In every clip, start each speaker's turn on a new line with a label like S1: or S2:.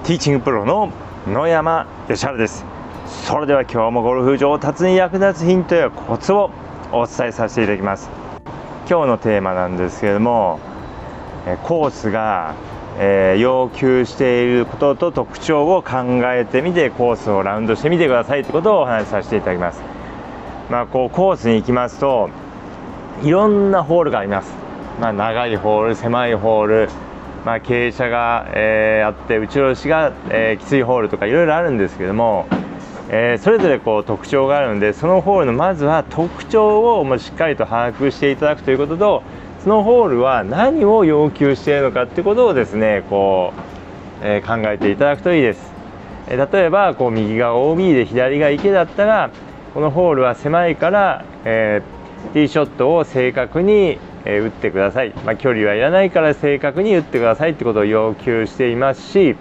S1: ティーチングプロの野山義晴です。それでは今日もゴルフ上達に役立つヒントやコツをお伝えさせていただきます。今日のテーマなんですけれども、コースが、要求していることと特徴を考えてみてコースをラウンドしてみてくださいということをお話しさせていただきます。コースに行きますといろんなホールがあります。長いホール、狭いホール、傾斜が、あって打ち下ろしが、きついホールとかいろいろあるんですけども、それぞれ特徴があるので、そのホールのまずは特徴をしっかりと把握していただくということと、そのホールは何を要求しているのかということをですね考えていただくといいです。例えば右が OB で左が池だったら、このホールは狭いから、ティーショットを正確に打ってください、距離はいらないから正確に打ってくださいってことを要求していますし、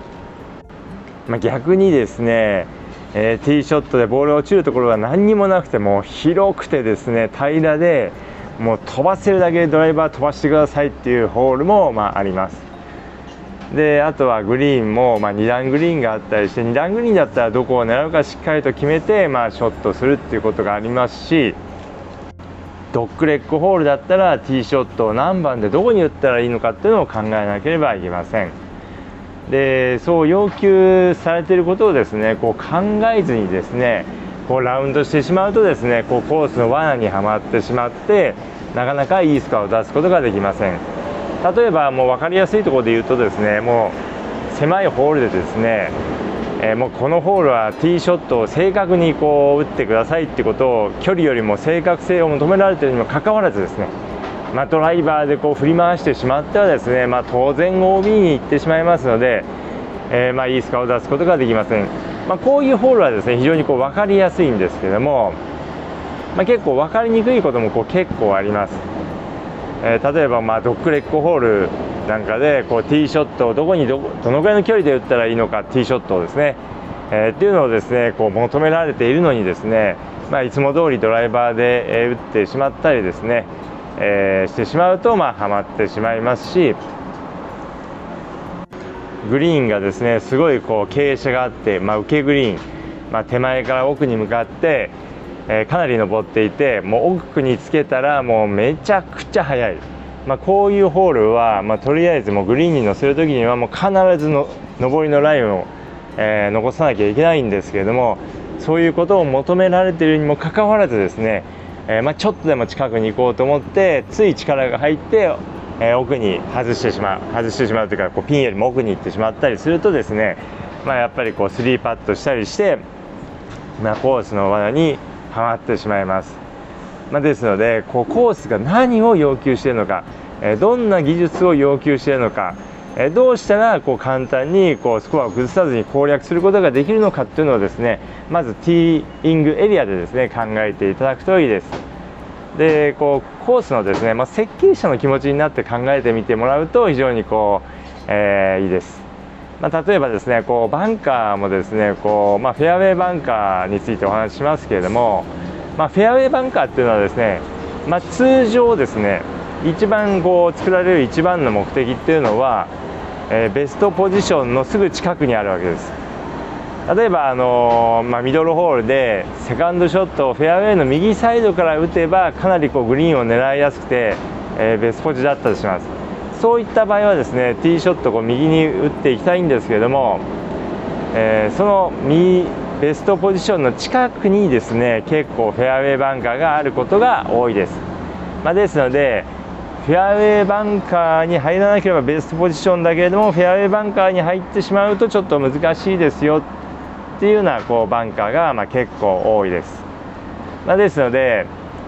S1: 逆にですね、ティーショットでボールが落ちるところが何にもなくても広くてですね平らで、もう飛ばせるだけでドライバー飛ばしてくださいっていうホールもあります。であとはグリーンも2段グリーンがあったりして、2段グリーンだったらどこを狙うかしっかりと決めてショットするっていうことがありますし、ドッグレッグホールだったらティーショットを何番でどこに打ったらいいのかっていうのを考えなければいけません。でそう要求されていることをですね考えずにですねラウンドしてしまうとですねコースの罠にはまってしまって、なかなかいいスコアを出すことができません。例えばもう分かりやすいところで言うとですね、もう狭いホールでですね、もうこのホールはティーショットを正確に打ってくださいってことを、距離よりも正確性を求められているにもかかわらずですね、ドライバーで振り回してしまってはですね、当然 OB に行ってしまいますので、いいスコアを出すことができません。こういうホールはですね非常に分かりやすいんですけども、結構分かりにくいことも結構あります。例えばドッグレッグホールなんかでティーショットをどのぐらいの距離で打ったらいいのか、ティーショットをですね、っていうのをですね求められているのにですね、いつも通りドライバーで、打ってしまったりですね、してしまうとはまってしまいますし、グリーンがですねすごい傾斜があって、受けグリーン、手前から奥に向かって、かなり上っていて、もう奥につけたらもうめちゃくちゃ速い、こういうホールは、とりあえずもうグリーンに乗せる時にはもう必ずの上りのラインを、残さなきゃいけないんですけれども、そういうことを求められているにもかかわらずですね、ちょっとでも近くに行こうと思ってつい力が入って、奥に外してしまうというかピンよりも奥に行ってしまったりするとですね、やっぱり3パットしたりして、コースの罠にはまってしまいます。ですのでコースが何を要求しているのか、どんな技術を要求しているのか、どうしたら簡単にスコアを崩さずに攻略することができるのかっていうのをですね、まずティーイングエリアでですね考えていただくといいです。でコースのですね、設計者の気持ちになって考えてみてもらうと非常にいいです。例えばですねバンカーもですねフェアウェイバンカーについてお話ししますけれども、フェアウェイバンカーっていうのはですね、通常ですね一番作られる一番の目的っていうのは、ベストポジションのすぐ近くにあるわけです。例えばミドルホールでセカンドショットをフェアウェイの右サイドから打てばかなりグリーンを狙いやすくて、ベストポジだったとします。そういった場合はですねティーショットを右に打っていきたいんですけれども、そのベストポジションの近くにですね結構フェアウェイバンカーがあることが多いです。ですのでフェアウェイバンカーに入らなければベストポジションだけれども、フェアウェイバンカーに入ってしまうとちょっと難しいですよっていうようなバンカーが結構多いです。ですので、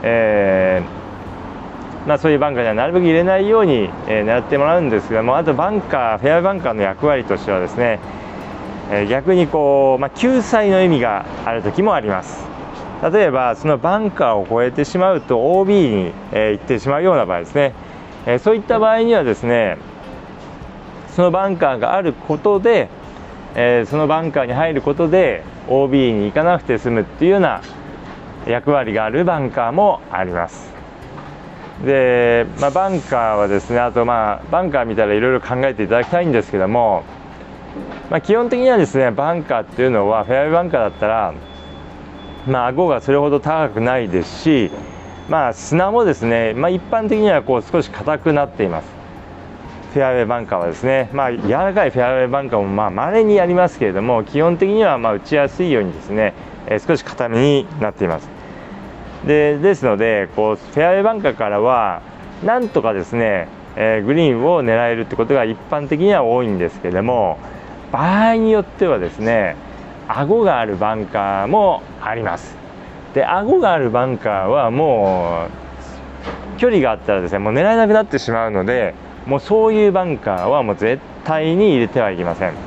S1: そういうバンカーにはなるべく入れないように、狙ってもらうんですけども、あとフェアウェイバンカーの役割としてはですね、逆に救済の意味がある時もあります。例えばそのバンカーを越えてしまうと OB に、行ってしまうような場合ですね、そういった場合にはですねそのバンカーがあることで、そのバンカーに入ることで OB に行かなくて済むっていうような役割があるバンカーもあります。で、バンカーはですね、あとバンカー見たらいろいろ考えていただきたいんですけども、 基本的にはですね、バンカーっていうのはフェアウェイバンカーだったら、顎がそれほど高くないですし、砂もですね、一般的にはこう少し硬くなっています。フェアウェイバンカーはですね、柔らかいフェアウェイバンカーも稀にありますけれども、基本的には打ちやすいようにですね、少し硬めになっています。ですのでこうフェアウェイバンカーからはなんとかですね、グリーンを狙えるってことが一般的には多いんですけれども、場合によってはですね、顎があるバンカーもあります。で、顎があるバンカーはもう距離があったらですね、もう狙えなくなってしまうので、もうそういうバンカーはもう絶対に入れてはいけません。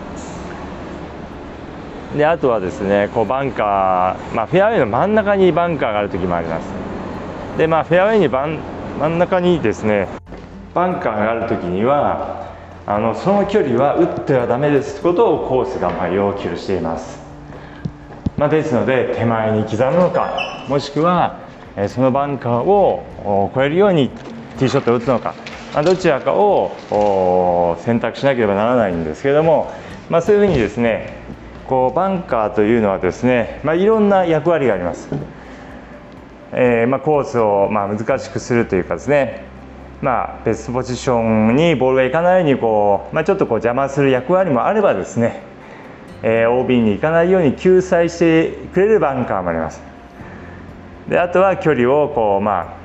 S1: で、あとはですね、こうバンカー、フェアウェイの真ん中にバンカーがある時もあります。で、フェアウェイに真ん中にですねバンカーがある時にはその距離は打ってはダメですということをコースが要求しています。ですので手前に刻むのか、もしくはそのバンカーを越えるようにティーショットを打つのか、どちらかを選択しなければならないんですけれども、そういうふうにですね、こうバンカーというのはですね、いろんな役割があります。コースを難しくするというかですね、ベストポジションにボールがいかないようにこう、ちょっとこう邪魔する役割もあればですね、OB に行かないように救済してくれるバンカーもあります。で、あとは距離をこう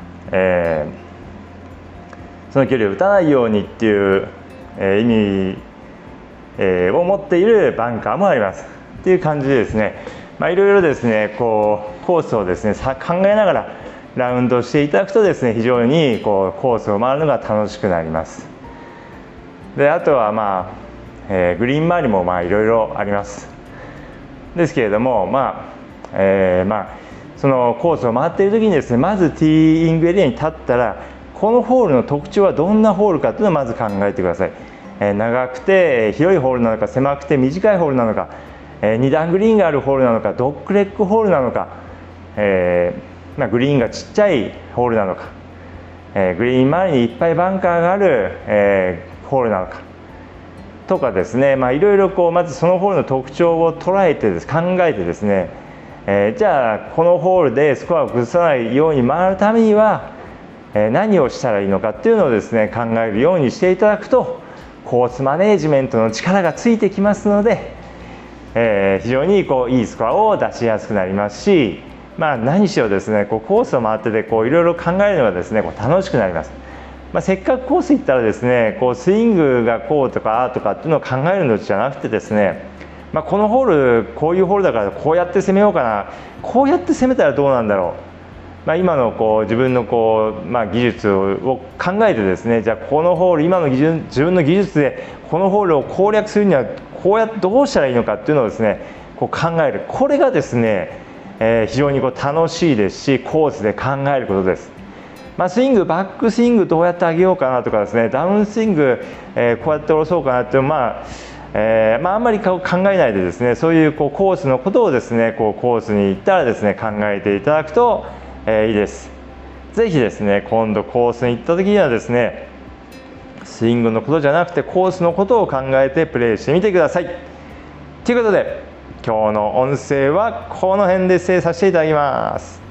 S1: その距離を打たないようにっていう意味を持っているバンカーもありますっていう感じでですね、いろいろですねこうコースをですね考えながらラウンドしていただくとですね、非常にこうコースを回るのが楽しくなります。で、あとはグリーン周りもいろいろあります。ですけれどもそのコースを回っている時にですね、まずティーイングエリアに立ったら、このホールの特徴はどんなホールかというのをまず考えてください。長くて広いホールなのか、狭くて短いホールなのか、2段グリーンがあるホールなのか、ドッグレッグホールなのか、グリーンがちっちゃいホールなのか、グリーン周りにいっぱいバンカーがある、ホールなのかとかですね、いろいろこうまずそのホールの特徴を捉えて考えてですね、じゃあこのホールでスコアを崩さないように回るためには、何をしたらいいのかっていうのをですね考えるようにしていただくと、コースマネージメントの力がついてきますので、非常にこういいスコアを出しやすくなりますし、何しろですねこうコースを回ってていろいろ考えるのがですねこう楽しくなります。せっかくコース行ったらですねこうスイングがこうとかああとかっていうのを考えるのじゃなくてですね、このホールこういうホールだからこうやって攻めようかな、こうやって攻めたらどうなんだろう、今のこう自分のこう、技術を考えてですね、じゃあこのホール今の自分の技術でこのホールを攻略するにはこうやってどうしたらいいのかっていうのをですねこう考える、これがですね、非常にこう楽しいですし、コースで考えることです。スイングバックスイングどうやって上げようかなとかですね、ダウンスイング、こうやって下ろそうかなっていうあんまり考えないでですね、そういうこうコースのことをですねこうコースに行ったらですね考えていただくと、いいです。ぜひですね今度コースに行った時にはですねスイングのことじゃなくてコースのことを考えてプレーしてみてください。ということで今日の音声はこの辺で失礼させていただきます。